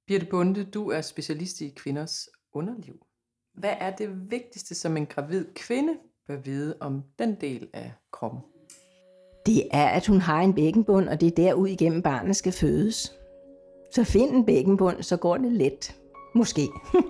Birthe Bonde, du er specialist i kvinders underliv. Hvad er det vigtigste, som en gravid kvinde bør vide om den del af kroppen? Det er, at hun har en bækkenbund, og det er derud igennem barnet skal fødes. Så find en bækkenbund, så går det let. Måske.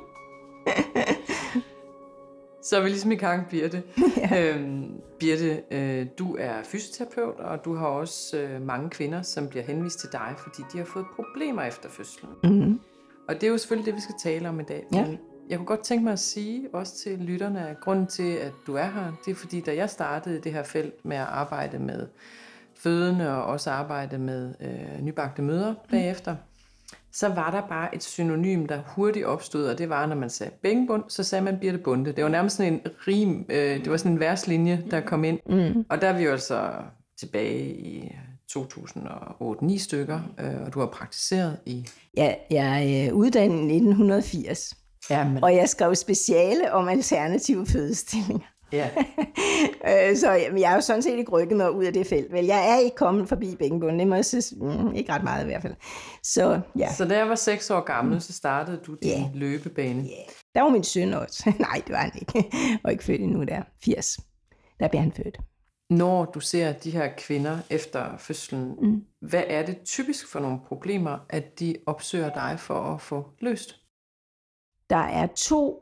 Så er vi ligesom i gang, Birthe. Ja. Birthe, du er fysioterapeut, og du har også mange kvinder, som bliver henvist til dig, fordi de har fået problemer efter fødslen. Mm-hmm. Og det er jo selvfølgelig det, vi skal tale om i dag. Ja. Men jeg kunne godt tænke mig at sige, også til lytterne, at grunden til, at du er her, det er fordi, da jeg startede det her felt med at arbejde med fødende og også arbejde med nybagte mødre bagefter, så var der bare et synonym, der hurtigt opstod, og det var, når man sagde bækkenbund, så sagde man Birthe Bonde. Det var nærmest sådan en rim, det var sådan en verslinje, der kom ind. Mm. Og der er vi jo altså tilbage i 2008-9 stykker, og du har praktiseret i... Ja, jeg er uddannet i 1980, og jeg skrev speciale om alternative fødestillinger. Ja. Så jeg er jo sådan set ikke rykket mig ud af det felt. Vel, jeg er ikke kommet forbi bækkenbunden, det må jeg sige, ikke ret meget i hvert fald. Så, ja. Så da jeg var 6 år gammel, så startede du din løbebane. Ja, der var min søn også. Nej, det var han ikke. Og ikke født endnu der. 80. Der bliver han født. Når du ser de her kvinder efter fødslen, hvad er det typisk for nogle problemer, at de opsøger dig for at få løst? Der er to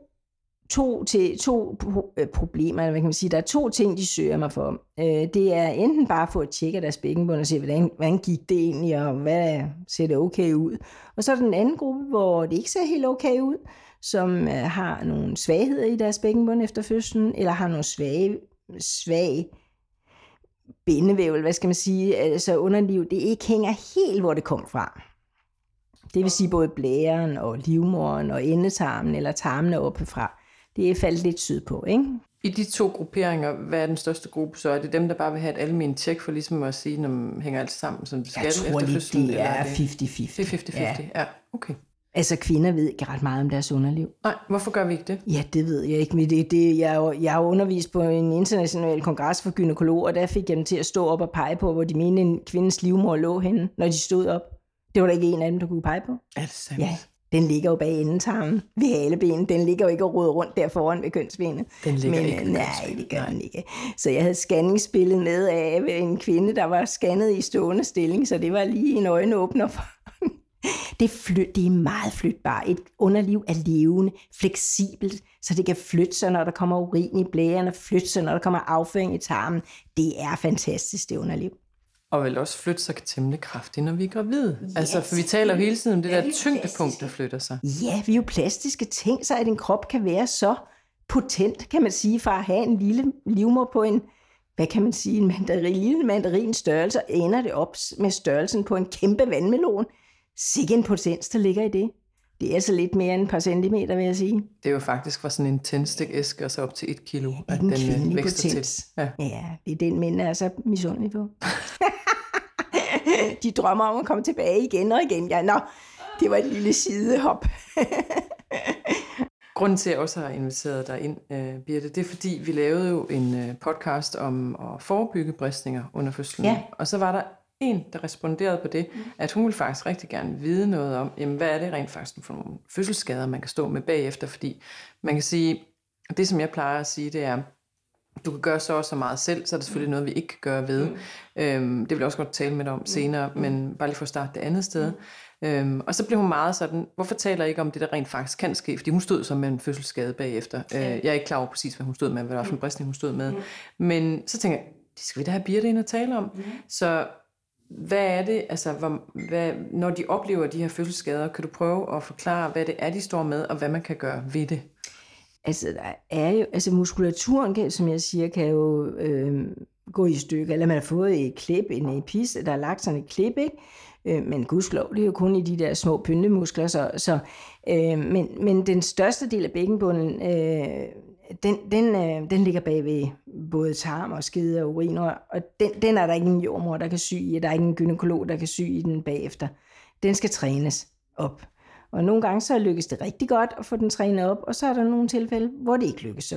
problemer, eller hvad kan man sige. Der er 2 ting, de søger mig for. Det er enten bare at få et tjek af deres bækkenbund og se, hvordan gik det egentlig, og hvad ser det okay ud. Og så er der den anden gruppe, hvor det ikke ser helt okay ud, som har nogle svagheder i deres bækkenbund efter fødslen, eller har nogle svage bindevævel, hvad skal man sige, altså underliv, det ikke hænger helt, hvor det kom fra. Det vil sige både blæren og livmoderen og endetarmen eller tarmene oppefra. Det er faldet lidt sydpå, ikke? I de 2 grupperinger, hvad er den største gruppe? Så er det dem, der bare vil have et almindeligt tjek for ligesom at sige, når man hænger alt sammen, som det skal efter fødslen? Det er 50-50. Det er 50-50, ja. Okay. Altså kvinder ved ikke ret meget om deres underliv. Nej, hvorfor gør vi ikke det? Ja, det ved jeg ikke. Jeg har undervist på en international kongres for gynækologer, og der fik jeg dem til at stå op og pege på, hvor de mente en kvindens livmor lå henne, når de stod op. Det var der ikke en af dem, der kunne pege på. Er det sandt? Ja, den ligger jo bag endetarmen ved halebenen. Den ligger jo ikke og roder rundt der foran ved kønsbenet. Den ligger ikke ved nej, det gør den ikke. Så jeg havde scanningsbillede med af en kvinde, der var scannet i stående stilling, så det var lige en øjenåbner for. Det er meget flytbart. Et underliv er levende, fleksibelt, så det kan flytte sig, når der kommer urin i blæren, og flytte sig, når der kommer afføring i tarmen. Det er fantastisk, det underliv. Og vel også flytte sig temmelig kraftigt, når vi er gravide. Ja, altså, for vi taler jo hele tiden om det der tyngdepunkt, der flytter sig. Ja, vi er jo plastiske ting, så at en krop kan være så potent, kan man sige, fra at have en lille livmor på en, hvad kan man sige, en lille mandarin størrelse, og ender det op med størrelsen på en kæmpe vandmelon. Sikke en potens, der ligger i det. Det er så lidt mere end et par centimeter, vil jeg sige. Det er jo faktisk fra sådan en tændstikæske og så op til 1 kilo, ja, at den vækster til. Ja, det er den mænd er så misundelig på. De drømmer om at komme tilbage igen og igen. Ja, det var et lille sidehop. Grunden til, at jeg også har inviteret dig ind, Birthe, det er fordi, vi lavede jo en podcast om at forebygge bristninger under fødslen. Ja. Og så var der en, der responderede på det, at hun ville faktisk rigtig gerne vide noget om, jamen, hvad er det rent faktisk for nogle fødselsskader, man kan stå med bagefter, fordi man kan sige, det som jeg plejer at sige, det er, du kan gøre så meget selv, så er det selvfølgelig noget, vi ikke kan gøre ved. Det vil jeg også godt tale med dig om senere, men bare lige for at starte det andet sted. Og så blev hun meget sådan, hvorfor taler jeg ikke om det, der rent faktisk kan ske? Fordi hun stod så med en fødselsskade bagefter. Jeg er ikke klar over præcis, hvad hun stod med, hvad der var for en bristning, hun stod med. Men så tænker jeg, det skal vi da have Birthe ind og tale om. Så hvad er det, altså, når de oplever de her fødselsskader, kan du prøve at forklare, hvad det er, de står med, og hvad man kan gøre ved det? Altså, der er jo, muskulaturen, som jeg siger, kan jo gå i stykker, eller man har fået et klip, en epis, der er lagt sådan et klip, ikke? Men gudskelov, det er jo kun i de der små pyntemuskler, men den største del af bækkenbunden, den ligger bag ved både tarm og skede og urin, og den er der ikke en jordmor, der kan sy i, der er ikke en gynækolog, der kan sy i den bagefter. Den skal trænes op. Og nogle gange så lykkes det rigtig godt at få den trænet op, og så er der nogle tilfælde, hvor det ikke lykkes så godt.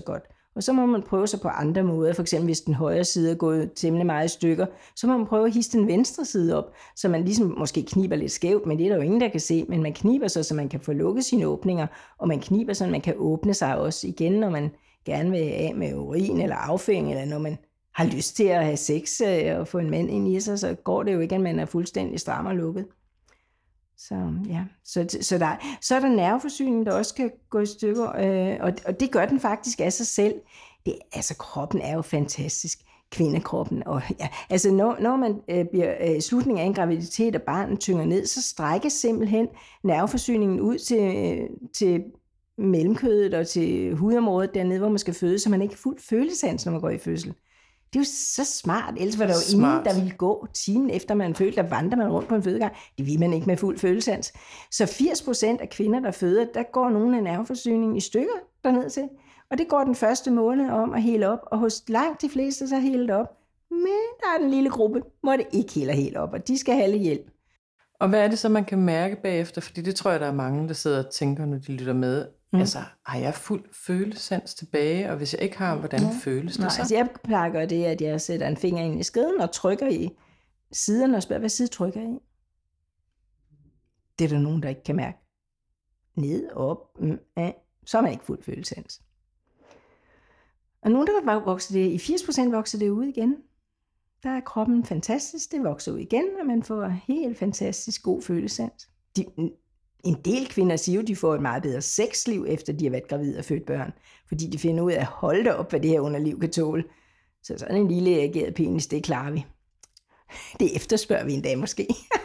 Og så må man prøve sig på andre måder. For eksempel hvis den højre side er gået temmelig meget i stykker, så må man prøve at hisse den venstre side op, så man ligesom måske kniber lidt skævt, men det er der jo ingen, der kan se. Men man kniber så man kan få lukket sine åbninger, og man kniber så man kan åbne sig også igen, når man gerne vil af med urin eller afføring, eller når man har lyst til at have sex og få en mand ind i sig, så går det jo ikke, at man er fuldstændig stram og lukket. Så ja, så er der nerveforsyningen, der også kan gå i stykker, og det gør den faktisk af sig selv. Kroppen er jo fantastisk, kvindekroppen. Og ja, altså når man bliver slutningen af en graviditet, og barnet tynger ned, så strækkes simpelthen nerveforsyningen ud til mellemkødet og til hudområdet dernede, hvor man skal føde, så man ikke får fuld følesans, når man går i fødsel. Det er jo så smart. Ellers var der jo ingen, der ville gå timen efter man fødte, der vandrer man rundt på en fødegang. Det vil man ikke med fuld følesans. Så 80% af kvinder, der føder, der går nogle af nerveforsyningen i stykker derned til. Og det går den første måned om at hele op. Og hos langt de fleste, så hele det op. Men der er den lille gruppe, hvor det ikke heler helt op, og de skal have lidt hjælp. Og hvad er det så, man kan mærke bagefter? Fordi det tror jeg, der er mange, der sidder og tænker, når de lytter med. Altså, har jeg fuld følesans tilbage? Og hvis jeg ikke har, hvordan føles det så? Altså, jeg plejer at gøre det, at jeg sætter en finger ind i skeden og trykker i siderne og spørger, hvad side trykker jeg i? Det er der nogen, der ikke kan mærke. Ned, op, så er man ikke fuld følesans. Og nogen, der vokser det, i 80% vokser det ud igen. Der er kroppen fantastisk, det vokser ud igen, og man får helt fantastisk god følesans. En del kvinder siger jo, at de får et meget bedre sexliv, efter de har været gravide og født børn, fordi de finder ud af at holde det op, hvad det her underliv kan tåle. Så sådan en lille erigeret penis, det klarer vi. Det efterspørger vi en dag måske.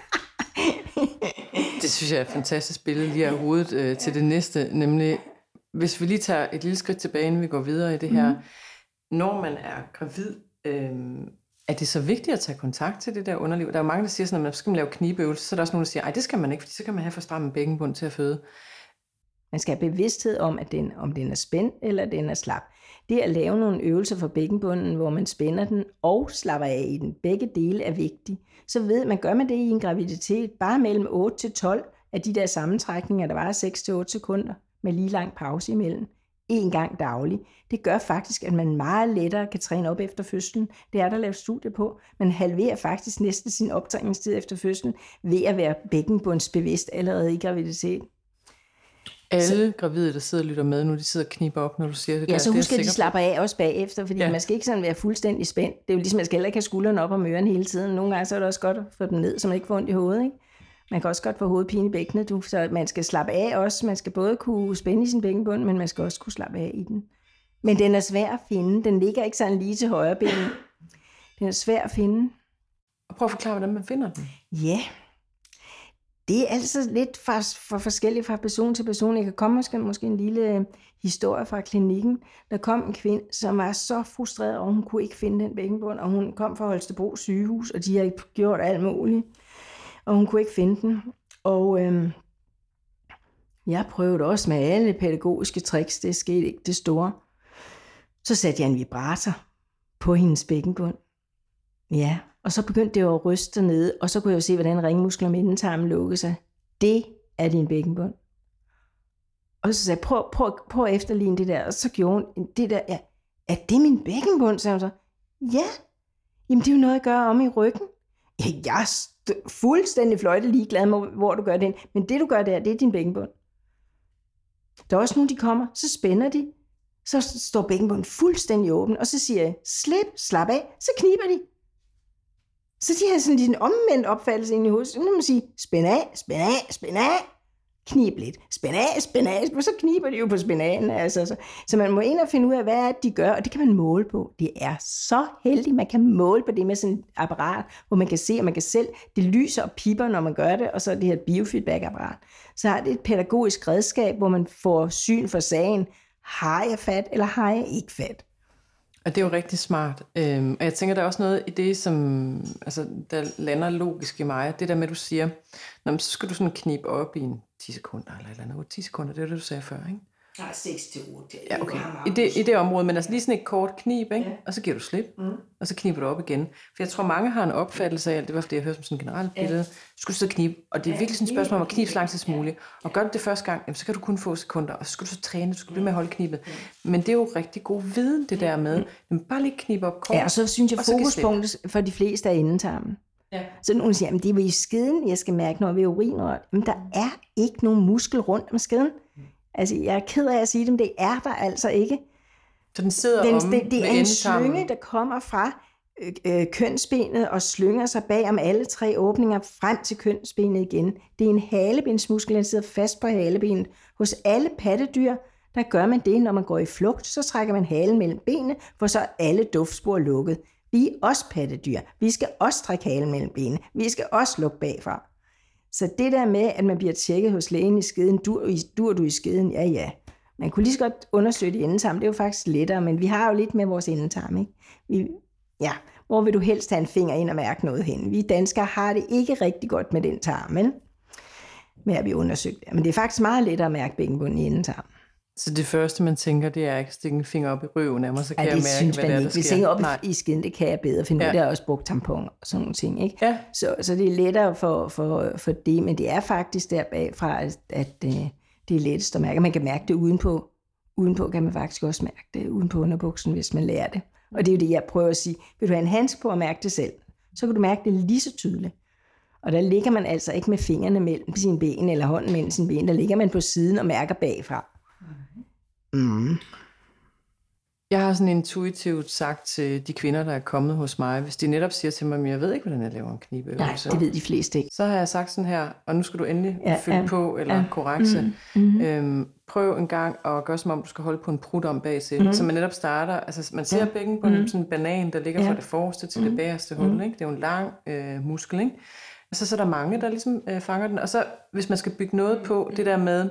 Det synes jeg er et fantastisk billede lige af hovedet til det næste, nemlig hvis vi lige tager et lille skridt tilbage, inden vi går videre i det her. Når man er gravid, er det så vigtigt at tage kontakt til det der underliv? Der er jo mange, der siger sådan, at man skal lave knibeøvelser, så er der også nogen, der siger, at det skal man ikke, fordi så kan man have for stram en bækkenbund til at føde. Man skal have bevidsthed om, at om den er spændt eller den er slap. Det at lave nogle øvelser for bækkenbunden, hvor man spænder den og slapper af i den, begge dele er vigtige. Så gør man det i en graviditet, bare mellem 8 til 12 af de der sammentrækninger, der varer 6 til 8 sekunder, med lige lang pause imellem. En gang dagligt. Det gør faktisk, at man meget lettere kan træne op efter fødslen. Det er der lavet studier på. Man halverer faktisk næsten sin optræningstid efter fødslen ved at være bækkenbundsbevidst allerede i graviditet. Alle gravide, der sidder og lytter med nu, de sidder og kniber op, når du siger det. Ja, så husk, at de slapper af også bagefter, fordi man skal ikke sådan være fuldstændig spændt. Det er jo ligesom, man skal heller ikke have skuldrene op om ørerne hele tiden. Nogle gange så er det også godt at få dem ned, så man ikke får ondt i hovedet, ikke? Man kan også godt få hovedpine i bækkenet, så man skal slappe af også. Man skal både kunne spænde i sin bækkenbund, men man skal også kunne slappe af i den. Men den er svær at finde. Den ligger ikke sådan lige til højre ben. Den er svær at finde. Og prøv at forklare, hvordan man finder den. Ja, det er altså lidt for forskelligt fra person til person. Jeg kan komme måske en lille historie fra klinikken. Der kom en kvinde, som var så frustreret, og hun kunne ikke finde den bækkenbund, og hun kom fra Holstebro sygehus, og de har gjort alt muligt. Og hun kunne ikke finde den. Og jeg prøvede også med alle pædagogiske tricks. Det skete ikke det store. Så satte jeg en vibrator på hendes bækkenbund. Ja, og så begyndte det at ryste dernede, og så kunne jeg jo se, hvordan ringmuskler og endetarmen lukkede sig. Det er din bækkenbund. Og så sagde jeg, prøv at efterligne det der. Og så gjorde hun det der. Ja, er det min bækkenbund? Så så. Ja, jamen det er jo noget, jeg gør om i ryggen. Ja, jeg er fuldstændig fløjte ligeglad med, hvor du gør det. Men det du gør der, det er din bækkenbund. Der er også nogle, de kommer, så spænder de. Så står bækkenbunden fuldstændig åben, og så siger jeg, slap af, så kniber de. Så de har sådan en omvendt opfattelse inde i hovedet. Så må man sige, spænd af, knib lidt, spænd af, og så kniber de jo på spænaden. Altså. Så man må ind og finde ud af, hvad de gør, og det kan man måle på. Det er så heldigt, man kan måle på det med sådan et apparat, hvor man kan se, og man kan selv, det lyser og piper, når man gør det, og så er det her biofeedback-apparat. Så har det et pædagogisk redskab, hvor man får syn for sagen, har jeg fat, eller har jeg ikke fat? Og det er jo rigtig smart. Og jeg tænker, der er også noget i det, som der lander logisk i mig. Det der med, at du siger, så skal du sådan knibe op i 10 sekunder, eller et eller andet. 10 sekunder, det er det, du sagde før, ikke? Nej, 6-8. Ja, okay. I det område, men altså lige sådan et kort knib, ikke? Ja. Og så giver du slip, og så kniber du op igen. For jeg tror, mange har en opfattelse af, det var fordi jeg hørte som sådan en generelt billede, du skulle sidde og knibe, og det er virkelig sådan et spørgsmål om at knibe så lang tid som muligt. Og gør du det første gang, så kan du kun få sekunder, og så skal du så træne, du skal blive med at holde knibet. Men det er jo rigtig god viden, det der med, bare lige knibe op kort. Ja, og så synes jeg, fokuspunktet for de fleste er endetarmen. Ja. Så nogen siger, at det er jo i skeden, jeg skal mærke, når vi er urinrørt. Men der er ikke nogen muskel rundt om skeden. Altså, jeg er ked af at sige det, men det er der altså ikke. Så den sidder det er en slynge, der kommer fra kønsbenet og slynger sig bag om alle 3 åbninger frem til kønsbenet igen. Det er en halebensmuskel, der sidder fast på halebenet. Hos alle pattedyr, der gør man det, når man går i flugt, så trækker man halen mellem benene, for så er alle duftspor lukket. Vi er også pattedyr. Vi skal også trække halen mellem benene. Vi skal også lukke bagfra. Så det der med, at man bliver tjekket hos lægen i skeden, dur du i skeden? Ja. Man kunne lige så godt undersøge det endetarm. Det er jo faktisk lettere, men vi har jo lidt med vores endetarm, ikke? Hvor vil du helst have en finger ind og mærke noget hen? Vi danskere har det ikke rigtig godt med den tarm, med at vi undersøgt det. Men det er faktisk meget lettere at mærke bækkenbunden i endetarm. Så det første, man tænker, det er ikke at stikke en finger op i røven af mig, så kan jeg mærke, hvad der sker. Hvis jeg op i skeden, det kan jeg bedre finde ud af. Det har også brugt tampon og sådan nogle ting, ikke? Ja. Så det er lettere for det, men det er faktisk der bagfra, at det er lettest at mærke. Man kan mærke det udenpå. Udenpå kan man faktisk også mærke det, udenpå underbuksen, hvis man lærer det. Og det er jo det, jeg prøver at sige. Vil du have en handske på at mærke det selv, så kan du mærke det lige så tydeligt. Og der ligger man altså ikke med fingrene mellem sine ben, eller hånden mellem sine ben. Der ligger man på siden og mærker bagfra. Jeg har sådan intuitivt sagt til de kvinder, der er kommet hos mig, hvis de netop siger til mig, at jeg ved ikke, hvordan jeg laver en knibeøvelse. Nej, det ved de fleste ikke. Så har jeg sagt sådan her, og nu skal du endelig fylde på, eller korrekse. Prøv en gang at gøre som om, du skal holde på en prut om bag til. Så man netop starter, altså man ser bækken på sådan en banan, der ligger fra det forreste til det bagerste hul. Ikke? Det er jo en lang muskel, ikke? Altså, så er der mange, der ligesom fanger den. Og så, hvis man skal bygge noget på, det der med,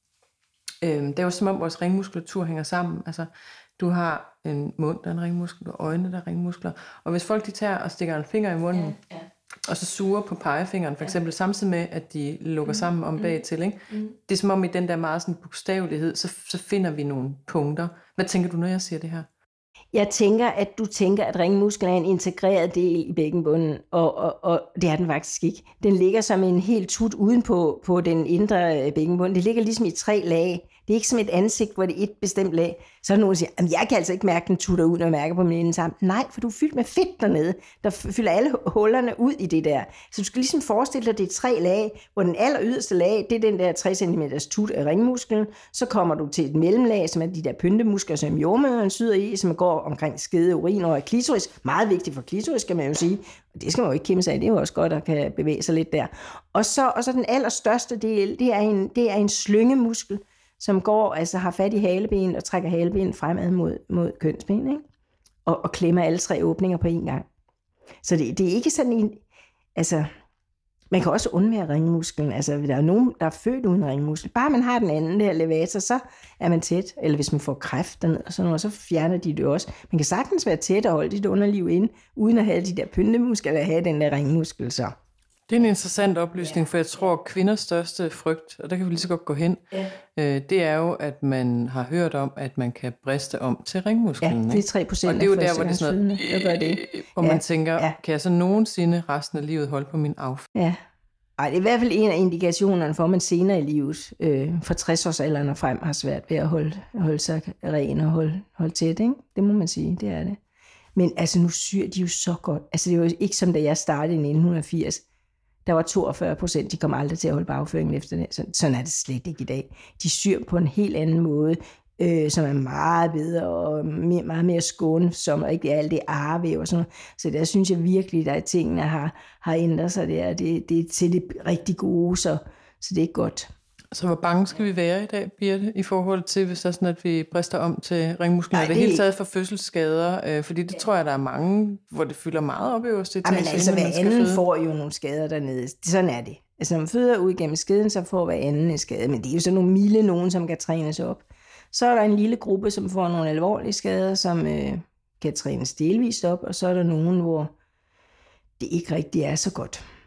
det er jo som om vores ringmuskulatur hænger sammen. Altså, du har en mund, der er en ringmuskel, du har øjne, der er ringmuskler. Og hvis folk de tager og stikker en finger i munden, og så suger på pegefingeren, for eksempel, samtidig med, at de lukker sammen om bag til, ikke? Det er som om i den der meget sådan bogstavelighed, så finder vi nogle punkter. Hvad tænker du, når jeg siger det her? Jeg tænker, at du tænker, at ringmusklen er en integreret del i bækkenbunden, og det er den faktisk ikke. Den ligger som en helt tut udenpå på den indre bækkenbund. Det ligger ligesom i 3 lag. Det er ikke som et ansigt, hvor det er et bestemt lag. Så er der nogen, der siger, at jeg kan altså ikke mærke, den tutter ud, når jeg mærker på min endetarm. Nej, for du er fyldt med fedt dernede. Der fylder alle hullerne ud i det der. Så du skal ligesom forestille dig, at det er 3 lag, hvor den aller yderste lag, det er den der 3 cm tut af ringmusklen. Så kommer du til et mellemlag, som er de der pyntemuskler, som jordmøderen syder i, som går omkring skede, urin og klitoris. Meget vigtigt for klitoris, skal man jo sige. Og det skal man jo ikke kæmpe sig af. Det er jo også godt at kan bevæge sig lidt der. Og så den allerstørste del, det er en slyngemuskel, som går, altså har fat i haleben og trækker haleben fremad mod kønsben, ikke? Og klemmer alle 3 åbninger på en gang. Så det er ikke sådan en, altså, man kan også undvære ringmusklen, altså der er nogen, der er født uden ringmuskel. Bare man har den anden der levator, så er man tæt, eller hvis man får kræft dernede og sådan noget, så fjerner de det også. Man kan sagtens være tæt og holde dit underliv inde, uden at have de der pyntemuskler, eller have den der ringmuskel så. Det er en interessant oplysning, for jeg tror, at kvinders største frygt, og der kan vi lige så godt gå hen, det er jo, at man har hørt om, at man kan briste om til ringmusklen. Ja, det er 3% og det er jo der, hvor det er sådan noget, hvor man tænker, kan jeg så nogensinde resten af livet holde på min affald? Ja. Ej, det er i hvert fald en af indikationerne for, at man senere i livet, fra 60-årsalderen og frem, har svært ved at holde sig ren og holde tæt, ikke? Det må man sige, det er det. Men altså, nu syr de jo så godt. Altså, det er jo ikke som da jeg startede i 1980. Der var 42%, de kom aldrig til at holde bagføringen efter det. Sådan er det slet ikke i dag. De syr på en helt anden måde, som er meget bedre og meget mere skånsom, og ikke alt det arvæv og sådan noget. Så der synes jeg virkelig, at tingene har ændret sig der. Det er til det rigtig gode, så det er godt. Så hvor bange skal vi være i dag, Birte, i forhold til, hvis det er sådan, at vi brister om til ringmusklen? Er det hele taget for fødselsskader? Fordi det tror jeg, der er mange, hvor det fylder meget op i øverste etage. Men altså, hver anden får jo nogle skader dernede. Sådan er det. Altså, når man føder ud gennem skeden, så får hver anden en skade. Men det er jo sådan nogle milde nogen, som kan trænes op. Så er der en lille gruppe, som får nogle alvorlige skader, som kan trænes delvist op. Og så er der nogen, hvor det ikke rigtig er så godt.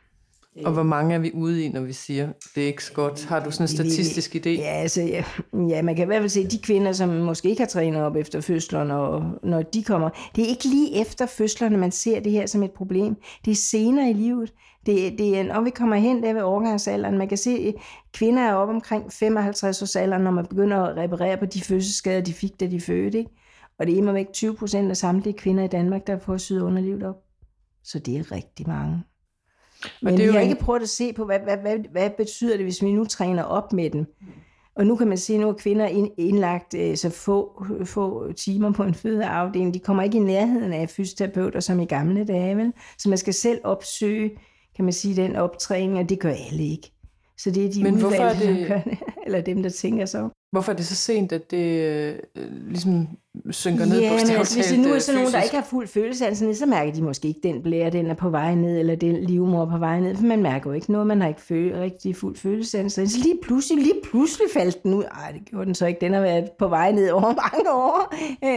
Og hvor mange er vi ude i, når vi siger, det er ikke så godt? Har du sådan en statistisk idé? Ja, altså, ja, man kan i hvert fald se, de kvinder, som måske ikke har trænet op efter fødslerne, og når de kommer, det er ikke lige efter fødslerne, man ser det her som et problem. Det er senere i livet. Det er, når vi kommer hen der ved overgangsalderen, man kan se, at kvinder er oppe omkring 55 års alderen, når man begynder at reparere på de fødselsskader, de fik, da de fødte. Ikke? Og det er imod væk 20% af samtlige kvinder i Danmark, der får syet underlivet op. Så det er rigtig mange. Men vi har ikke prøvet at se på, hvad betyder det, hvis vi nu træner op med dem. Og nu kan man se, at nu er kvinder indlagt så få timer på en fødeafdeling. De kommer ikke i nærheden af fysioterapeuter som i gamle dage. Vel? Så man skal selv opsøge, kan man sige, den optræning, og det gør alle ikke. Så det er de udvalgte, der gør det, eller dem, der tænker så. Hvorfor er det så sent, at det ligesom synker ned på stedet? Altså, hvis det nu er sådan nogen, der ikke har fuld følelse, så mærker de måske ikke, den blære, den er på vej ned, eller den livmor på vej ned, for man mærker jo ikke noget, man har ikke rigtig fuld følelse. Så lige pludselig faldt den ud. Ej, det gjorde den så ikke. Den har været på vej ned over mange år.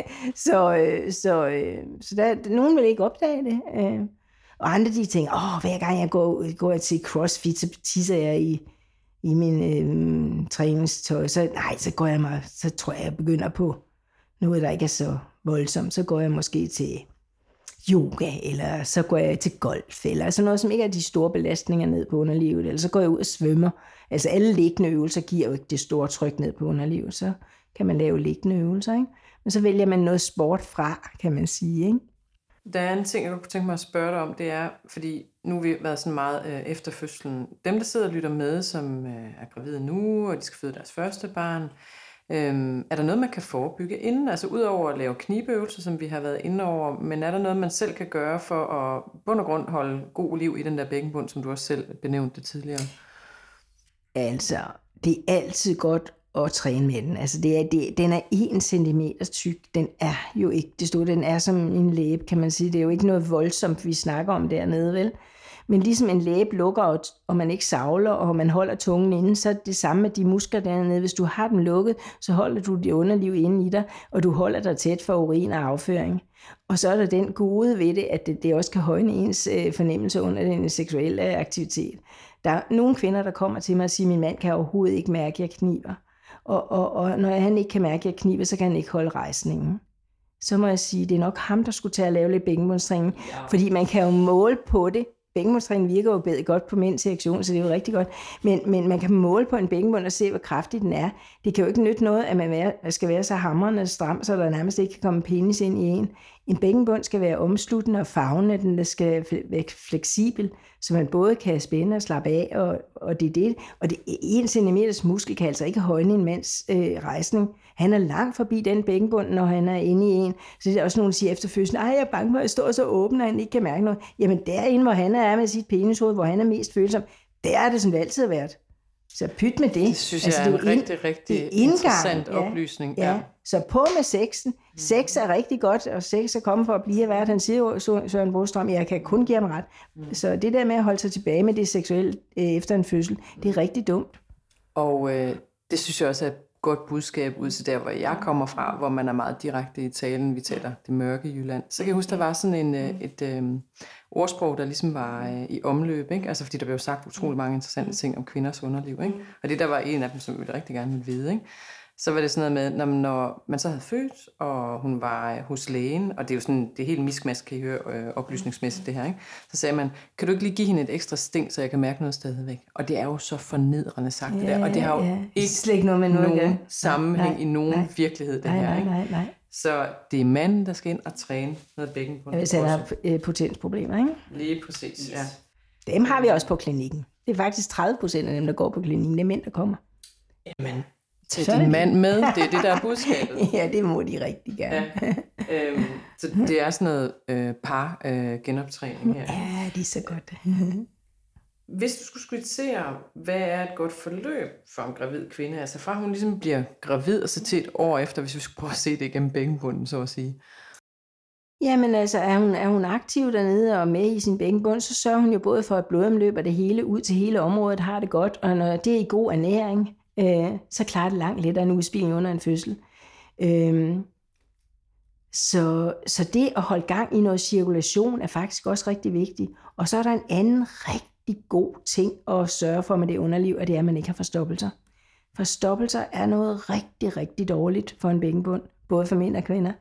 Så der, nogen vil ikke opdage det. Og andre, de tænker, hver gang jeg går til CrossFit, så tisser jeg i min træningstøj, så tror jeg begynder på noget, der ikke er så voldsomt. Så går jeg måske til yoga, eller så går jeg til golf, eller sådan noget, som ikke er de store belastninger ned på underlivet, eller så går jeg ud og svømmer. Altså alle liggende øvelser giver jo ikke det store tryk ned på underlivet, så kan man lave liggende øvelser, ikke? Men så vælger man noget sport fra, kan man sige, ikke? Der er en ting, jeg kunne tænke mig at spørge dig om, det er, fordi nu har vi været sådan meget efter fødslen. Dem, der sidder og lytter med, som er gravide nu, og de skal føde deres første barn, er der noget, man kan forebygge inden? Altså udover at lave knibeøvelser, som vi har været inde over, men er der noget, man selv kan gøre for at bund og grund holde god liv i den der bækkenbund, som du også selv benævnte det tidligere? Altså, det er altid godt at træne med den. Altså den er 1 centimeter tyk. Den er jo ikke det store. Den er som en læbe, kan man sige. Det er jo ikke noget voldsomt, vi snakker om dernede, vel? Men ligesom en læbe lukker, og man ikke savler, og man holder tungen inde, så er det samme med de muskler dernede. Hvis du har dem lukket, så holder du det underliv inde i dig, og du holder dig tæt for urin og afføring. Og så er der den gode ved det, at det også kan højne ens fornemmelse under den seksuelle aktivitet. Der er nogle kvinder, der kommer til mig og siger, at min mand kan overhovedet ikke mærke, at jeg kniber. Og når han ikke kan mærke, at jeg kniber, så kan han ikke holde rejsningen. Så må jeg sige, at det er nok ham, der skulle tage at lave lidt bækkenbundstræning. Ja. Fordi man kan jo måle på det. Bækkenbundstræning virker jo godt på mænds erektion, så det er jo rigtig godt. Men man kan måle på en bækkenbund og se, hvor kraftig den er. Det kan jo ikke nytte noget, at man skal være så hamrende stram, så der nærmest ikke kan komme penis ind i en. En bækkenbund skal være omsluttende og favnende, den skal være fleksibel, så man både kan spænde og slappe af, og det er det. Og 1 centimeters muskel kan altså ikke højne en mands rejsning. Han er langt forbi den bækkenbund, når han er inde i en. Så det er også nogen, der siger efter fødslen, jeg er bange for, at jeg står så åben, og han ikke kan mærke noget. Jamen derinde, hvor han er med sit penishoved, hvor han er mest følsom, der er det, som det altid har været. Så pyt med det. Det synes jeg er en rigtig interessant oplysning. Ja. Så på med sexen. Sex er rigtig godt, og sex er kommet for at blive hvert. Han siger Søren Brostrøm, jeg kan kun give ham ret. Så det der med at holde sig tilbage med det seksuelle efter en fødsel, det er rigtig dumt. Og det synes jeg også er et godt budskab ud til der, hvor jeg kommer fra, hvor man er meget direkte i talen. Vi taler det mørke Jylland. Så kan jeg huske, der var sådan et ordsprog, der ligesom var i omløb, ikke? Altså fordi der blev sagt utrolig mange interessante ting om kvinders underliv, ikke? Og det der var en af dem, som vi rigtig gerne ville vide, ikke? Så var det sådan noget med, når man så havde født, og hun var hos lægen, og det er jo sådan, det er helt miskmask, kan I høre oplysningsmæssigt det her, ikke? Så sagde man, kan du ikke lige give hende et ekstra sting, så jeg kan mærke noget stadigvæk? Og det er jo så fornedrende sagt det der, og det har jo ikke noget med nogen sammenhæng i nogen virkelighed, det her, ikke? Nej. Så det er manden, der skal ind og træne noget bækkenbund. Hvis han har potensproblemer, ikke? Lige præcis, ja. Dem har vi også på klinikken. Det er faktisk 30% af dem, der går på klinikken. Det er mænd, der kommer. Jamen, tag din mand med. Det er det, der er budskabet. Ja, det må de rigtig gerne. Ja. Så det er sådan noget genoptræning her. Ja, det er så godt. Hvis du skulle skitsere, hvad er et godt forløb for en gravid kvinde? Altså fra hun ligesom bliver gravid, og så til et år efter, hvis vi skulle prøve at se det igennem bækkenbunden, så at sige. Jamen altså, er hun aktiv dernede og med i sin bækkenbund, så sørger hun jo både for, at blodomløb og det hele ud til hele området har det godt, og når det er i god ernæring, så klarer det langt lettere en udspilning under en fødsel. Så det at holde gang i noget cirkulation er faktisk også rigtig vigtigt. Og så er der en anden rigtig god ting at sørge for med det underliv, at det er, at man ikke har forstoppelser. Forstoppelser er noget rigtig, rigtig dårligt for en bækkenbund, både for mænd og kvinder.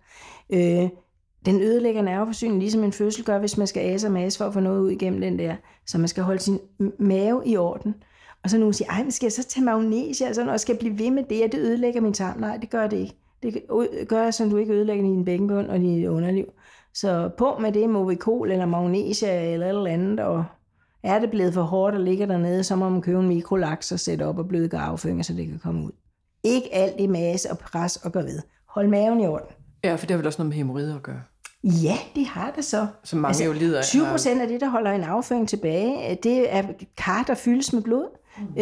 Den ødelægger nerveforsyningen, ligesom en fødsel gør, hvis man skal ase og mase for at få noget ud igennem den der. Så man skal holde sin mave i orden. Og så nogen siger, ej, men skal jeg så tage magnesie, og sådan, og skal jeg blive ved med det, og det ødelægger min tarm? Nej, det gør det ikke. Det gør, så du ikke ødelægger din bækkenbund og dit underliv. Så på med det, Movicol eller magnesia eller et eller andet, og er det blevet for hårdt og ligger dernede, så må man købe en mikrolaks og sætte op og bløde gravfinger, så det kan komme ud. Ikke alt i masse og pres og gør ved. Hold maven i orden. Ja, for det har vel også noget med hæmorrider at gøre? Ja, det har det så. Som mange jo lider af. 20% af det, der holder en afføring tilbage, det er kar, der fyldes med blod.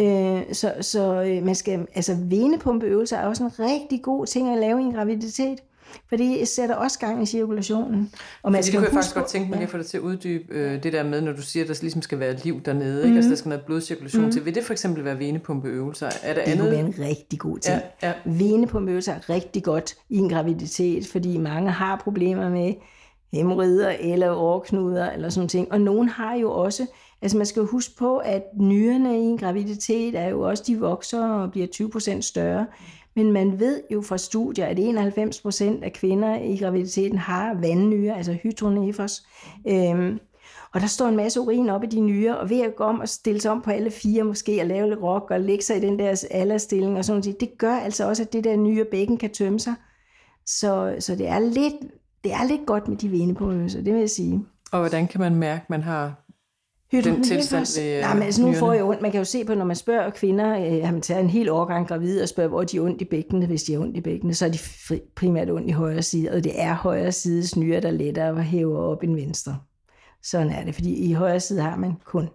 Så man skal, altså venepumpeøvelser er også en rigtig god ting at lave i en graviditet, for det sætter også gang i cirkulationen. Og man det kunne jeg faktisk godt tænke mig lige at få dig til at uddybe det der med, når du siger, at der ligesom skal være liv dernede, ikke? Altså der skal noget blodcirkulation til. Vil det for eksempel være venepumpeøvelser? Er der andet? Det kunne være en rigtig god ting. Ja. Venepumpeøvelser er rigtig godt i en graviditet, fordi mange har problemer med hæmorrider eller åreknuder eller sådan ting. Og nogen har jo også, altså man skal jo huske på, at nyrerne i en graviditet er jo også, de vokser og bliver 20% større. Men man ved jo fra studier, at 91% af kvinder i graviditeten har vandnyrer, altså hydronefros. Og der står en masse urin op i de nyrer, og ved at gå om og stille sig om på alle fire måske, og lave lidt rock og lægge sig i den der allerstilling og sådan noget, det gør altså også, at det der nyrebækken kan tømme sig. Så det er lidt godt med de venepumpeøvelser, det vil jeg sige. Og hvordan kan man mærke, at man har den tilstand ved nej, men altså nu får jeg ondt. Man kan jo se på, når man spørger kvinder, har man taget en hel årgang gravid og spørger, hvor de er ondt i bækkenet. Hvis de er ondt i bækkenet, så er de primært ondt i højre side, og det er højre sides nyre, der lettere hæver op end venstre. Sådan er det, fordi i højre side har man kun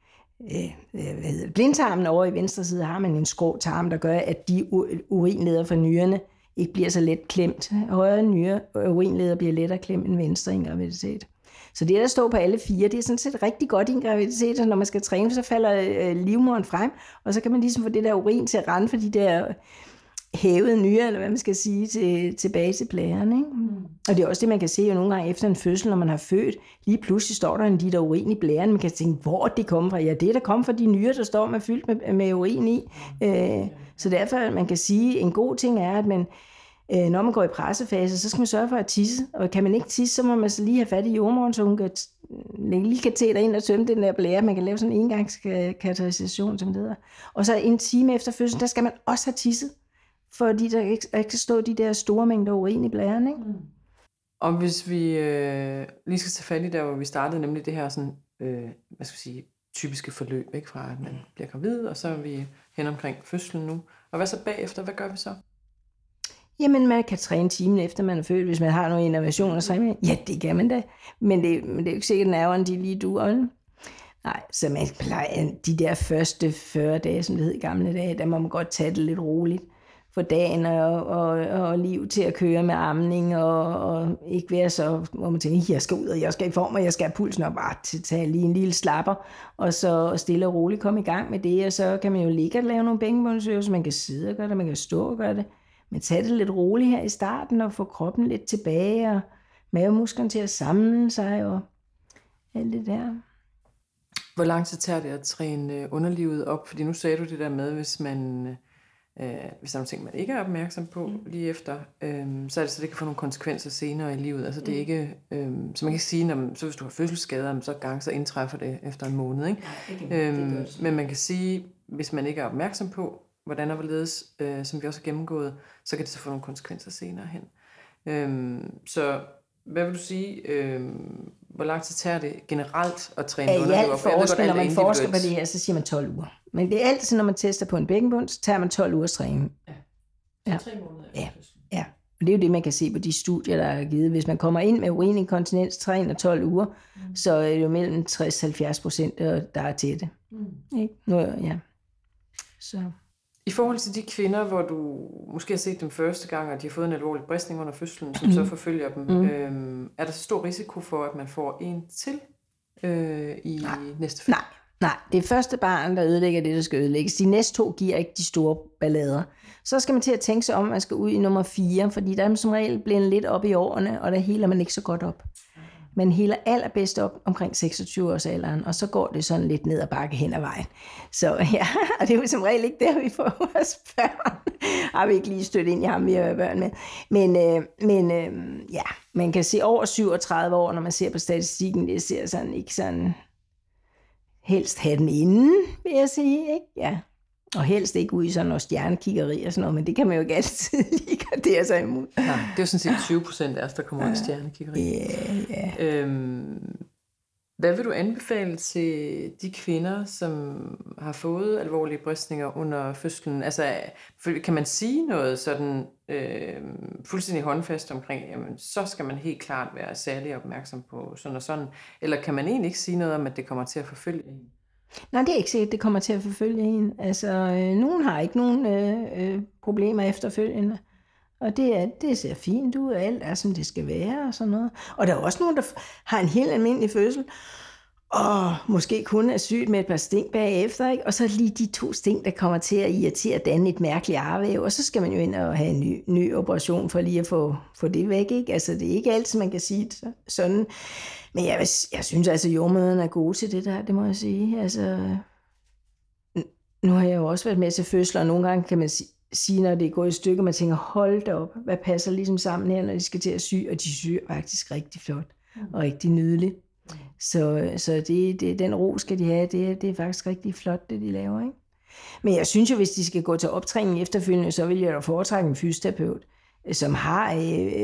blindtarmen, over i venstre side har man en skrå tarm, der gør, at de urinleder fra nyrerne ikke bliver så let klemt. Højre nyre urinleder bliver lettere klemt end venstre i en graviditet. Så det, der står på alle fire, det er sådan set rigtig godt i en graviditet, og når man skal træne, så falder livmoderen frem, og så kan man ligesom få det der urin til at rende for de der hævede nyrer, eller hvad man skal sige, tilbage til blæren. Ikke? Og det er også det, man kan se jo nogle gange efter en fødsel, når man har født. Lige pludselig står der en liter urin i blæren. Man kan tænke, hvor det kommer fra? Ja, det er der kommer fra de nyrer, der står med fyldt med urin i. Så derfor, man kan sige, en god ting er, at man når man går i pressefase, så skal man sørge for at tisse. Og kan man ikke tisse, så må man så lige have fat i jordmoren, så hun kan lægge lige kateter ind og tømme den der blære. Man kan lave sådan en engangskatarisation, som det hedder. Og så en time efter fødslen, der skal man også have tisset, fordi der ikke kan stå de der store mængder urin i blæren. Ikke? Og hvis vi lige skal tage fat i der, hvor vi startede, nemlig det her sådan, hvad skal vi sige, typiske forløb, ikke? Fra at man bliver gravid, og så er vi hen omkring fødslen nu. Og hvad så bagefter? Hvad gør vi så? Jamen, man kan træne timen efter man er født, hvis man har nogle innovationer. Så ja, det kan man da. Men det er jo ikke sikkert, at nerverne de lige duer. Nej, så man plejer de der første 40 dage, som det hed i gamle dage, der må man godt tage det lidt roligt. For dagen og liv til at køre med amning, og ikke være så, hvor man tænker, jeg skal ud, og jeg skal i form, og jeg skal have pulsen op, tage lige en lille slapper, og så stille og roligt komme i gang med det, og så kan man jo ligge og lave nogle bækkenbundsøvelser, man kan sidde og gøre det, man kan stå og gøre det. Men tag det lidt roligt her i starten, og få kroppen lidt tilbage, og mavemusklerne til at samle sig, og alt det der. Hvor lang tid tager det at træne underlivet op? Fordi nu sagde du det der med, hvis der er nogle ting, man ikke er opmærksom på lige efter, så er det så, det kan få nogle konsekvenser senere i livet. Altså det er ikke, så man kan sige, så hvis du har fødselsskader, så indtræffer det efter en måned. Ikke? Men man kan sige, hvis man ikke er opmærksom på, hvordan og hvorledes, som vi også har gennemgået, så kan det så få nogle konsekvenser senere hen. Så hvad vil du sige, hvor lang tid tager det generelt at træne underliv? Når man forsker på det her, så siger man 12 uger. Men det er altid, når man tester på en bækkenbund, så tager man 12 ugers træning. Ja. 3 måneder. Ja. Og det er jo det, man kan se på de studier, der er givet. Hvis man kommer ind med urininkontinens, træner 12 uger, så er det jo mellem 60-70%, der er til det. Ikke? Ja. Så. I forhold til de kvinder, hvor du måske har set dem første gang, og de har fået en alvorlig bristning under fødslen, som så forfølger dem, er der så stor risiko for, at man får en til i næste fødsel? Nej, det er første barn, der ødelægger det, der skal ødelægges. De næste 2 giver ikke de store ballader. Så skal man til at tænke sig om, at man skal ud i nummer 4, fordi der er som regel blevet lidt op i årene, og der heler man ikke så godt op. Man heler allerbedst op omkring 26-årsalderen, og så går det sådan lidt ned ad bakke hen ad vejen. Så ja, og det er jo som regel ikke der, vi får vores børn. Har vi ikke lige stødt ind i ham, vi har børn med. Men ja, man kan se over 37 år, når man ser på statistikken, det ser sådan ikke sådan helst have den inden, vil jeg sige, ikke? Ja. Og helst ikke ud i sådan noget stjernekiggeri og sådan noget, men det kan man jo ikke altid lige gardere sig imod. Nej, det er jo sådan set 20% af os, der kommer ud i stjernekiggeri. Ja. Hvad vil du anbefale til de kvinder, som har fået alvorlige bristninger under fødslen? Altså, kan man sige noget sådan fuldstændig håndfast omkring, jamen, så skal man helt klart være særlig opmærksom på sådan og sådan? Eller kan man egentlig ikke sige noget om, at det kommer til at forfølge en? Nej, det er ikke sikkert, det kommer til at forfølge en. Altså, nogen har ikke nogen problemer efterfølgende. Og det ser fint ud, og alt er, som det skal være, og sådan noget. Og der er også nogen, der har en helt almindelig fødsel, og måske kun er sygt med et par sting bagefter, ikke? Og så lige de 2 sting, der kommer til at irritere at danne et mærkeligt arvæv, og så skal man jo ind og have en ny operation for lige at få det væk, ikke? Altså, det er ikke altid, man kan sige det sådan. Men jeg synes altså, jordmøderne er gode til det der, det må jeg sige. Altså, nu har jeg jo også været med til fødsler, og nogle gange kan man sige, når det er gået i stykker, man tænker, hold da op, hvad passer ligesom sammen her, når de skal til at sy, og de syr faktisk rigtig flot og rigtig nydeligt. Så den ro skal de have, det er faktisk rigtig flot, det de laver, ikke? Men jeg synes jo, hvis de skal gå til optræning efterfølgende, så vil jeg da foretrække en fysioterapeut, som har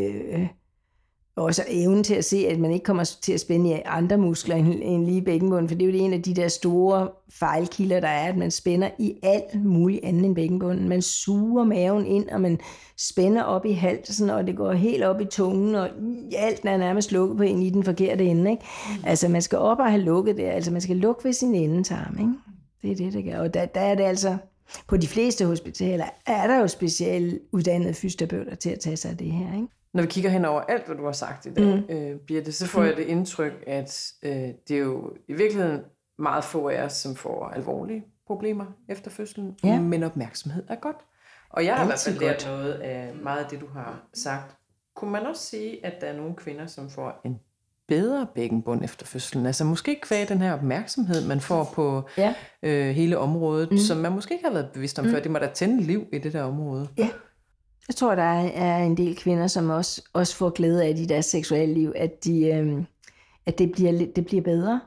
også evnen til at se, at man ikke kommer til at spænde i andre muskler end lige bækkenbunden, for det er jo en af de der store fejlkilder, der er, at man spænder i alt muligt andet end bækkenbunden. Man suger maven ind, og man spænder op i halsen, og det går helt op i tungen, og alt er nærmest lukket på en i den forkerte ende, ikke? Altså, man skal op og have lukket det, altså man skal lukke ved sin endetarm, ikke? Det er det, der gør. Og der er det altså, på de fleste hospitaler, er der jo specielt uddannede fysioterapeuter til at tage sig af det her, ikke? Når vi kigger hen over alt, hvad du har sagt i dag, Birte, så får jeg det indtryk, at det er jo i virkeligheden meget få af os, som får alvorlige problemer efter fødslen, men opmærksomhed er godt. Og jeg har i hvert fald lært noget af meget af det, du har sagt. Kunne man også sige, at der er nogle kvinder, som får en bedre bækkenbund efter fødslen? Altså måske kvæg den her opmærksomhed, man får på hele området, som man måske ikke har været bevidst om før. Det må da tænde liv i det der område. Ja. Jeg tror, der er en del kvinder, som også får glæde af i deres seksuelle liv, at det bliver bedre.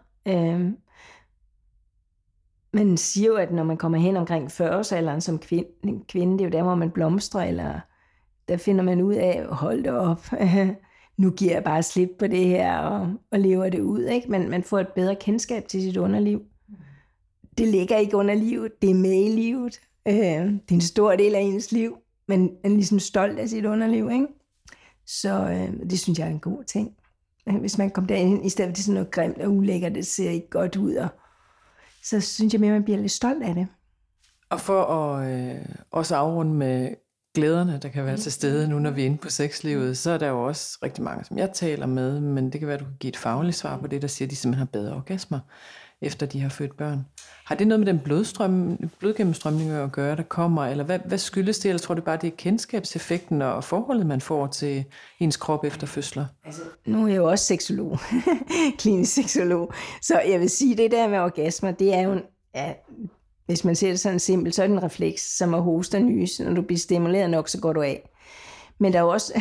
Man siger jo, at når man kommer hen omkring 40-årsalderen som kvinde, det er jo der, hvor man blomstrer, eller der finder man ud af, hold det op, nu giver jeg bare slip på det her, og lever det ud, ikke? Man får et bedre kendskab til sit underliv. Det ligger ikke under livet, det er med i livet. Det er en stor del af ens liv. Men er ligesom stolt af sit underliv, ikke? Så det synes jeg er en god ting. Hvis man kommer derind, i stedet for sådan noget grimt og ulækkert, det ser ikke godt ud, og så synes jeg mere, man bliver lidt stolt af det. Og for at også afrunde med glæderne, der kan være til stede nu, når vi er inde på sexlivet, så er der jo også rigtig mange, som jeg taler med, men det kan være, du kan give et fagligt svar på det, der siger, at de simpelthen har bedre orgasmer, efter de har født børn. Har det noget med den blodgennemstrømning at gøre, der kommer, eller hvad skyldes det? Eller tror du bare, det er kendskabseffekten og forholdet, man får til ens krop efter fødsler? Altså, nu er jeg jo også seksolog, klinisk seksolog, så jeg vil sige, det der med orgasmer, det er jo hvis man ser det sådan simpelt, så er det en refleks, som at hoste og nyse. Når du bliver stimuleret nok, så går du af. Men der er jo også,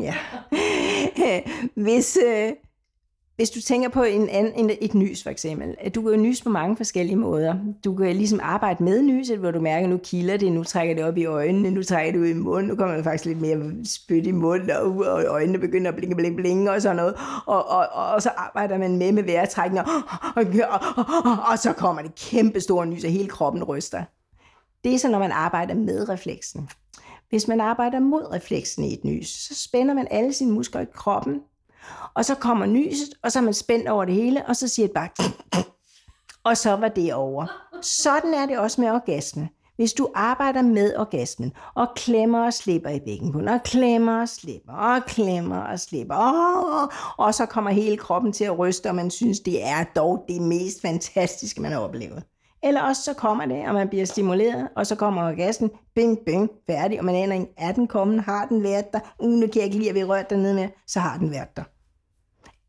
hvis du tænker på et nys for eksempel, at du kan jo nys på mange forskellige måder. Du kan ligesom arbejde med nyset, hvor du mærker, nu kilder det, nu trækker det op i øjnene, nu trækker det ud i munden, nu kommer der faktisk lidt mere spyt i munden, og øjnene begynder at blinke og sådan noget. Og så arbejder man med vejrtrækning, og så kommer det kæmpe store nys, og hele kroppen ryster. Det er så, når man arbejder med refleksen. Hvis man arbejder mod refleksen i et nys, så spænder man alle sine muskler i kroppen, og så kommer nyset, og så er man spændt over det hele, og så siger det bare, og så var det over. Sådan er det også med orgasme. Hvis du arbejder med orgasmen, og klemmer og slipper i bækkenbunden, og klemmer og slipper, og klemmer og slipper, og så kommer hele kroppen til at ryste, og man synes, det er dog det mest fantastiske, man har oplevet. Eller også så kommer det, og man bliver stimuleret, og så kommer orgasmen, bing, bing, færdig, og man aner ikke, er den kommet, har den været der, nu kan jeg ikke lide at vi rørt dernede med, så har den været der.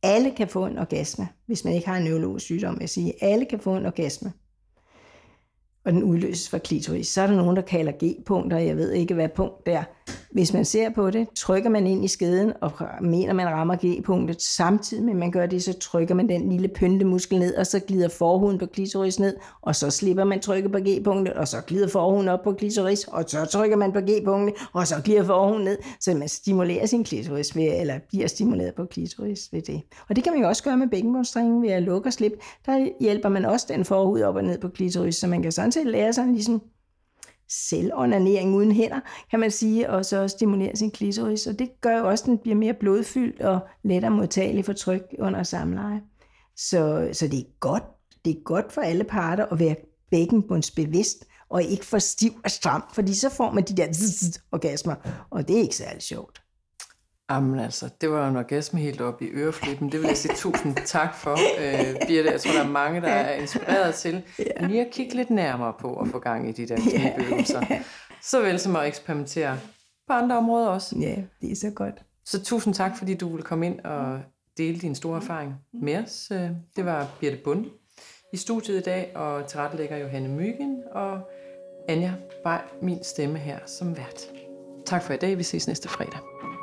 alle kan få en orgasme, hvis man ikke har en neurologisk sygdom. Jeg siger, alle kan få en orgasme, og den udløses fra klitoris. Så er der nogen, der kalder G-punkter. Jeg ved ikke, hvad punkt det er. Hvis man ser på det, trykker man ind i skeden, og mener, man rammer G-punktet. Samtidig med, at man gør det, så trykker man den lille pyntemuskel ned, og så glider forhuden på klitoris ned, og så slipper man trykket på G-punktet, og så glider forhuden op på klitoris, og så trykker man på G-punktet, og så glider forhuden ned, så man stimulerer sin klitoris, eller bliver stimuleret på klitoris ved det. Og det kan man jo også gøre med bækkenbundsstrengen ved at lukke og slippe. Der hjælper man også den forhud op og ned på klitoris, så man kan sådan set lære sådan ligesom selvonanering uden hænder, kan man sige, og så stimulere sin klitoris. Og det gør jo også, at den bliver mere blodfyldt og lettere modtagelig for tryk under samleje. Så det er godt. Det er godt for alle parter at være bækkenbundsbevidst og ikke for stiv og stram, fordi så får man de der orgasmer, og det er ikke særlig sjovt. Jamen altså, det var en orgasme helt op i øreflippen. Det vil jeg sige tusind tak for, Birthe. Jeg tror, der er mange, der er inspireret til lige at kigge lidt nærmere på at få gang i de der knibeøvelser. Såvel som at eksperimentere på andre områder også. Ja, det er så godt. Så tusind tak, fordi du ville komme ind og dele din store erfaring med os. Det var Birthe Bunde i studiet i dag, og tilrettelægger Johanne Mygind, og Anja Bay, min stemme her som vært. Tak for i dag. Vi ses næste fredag.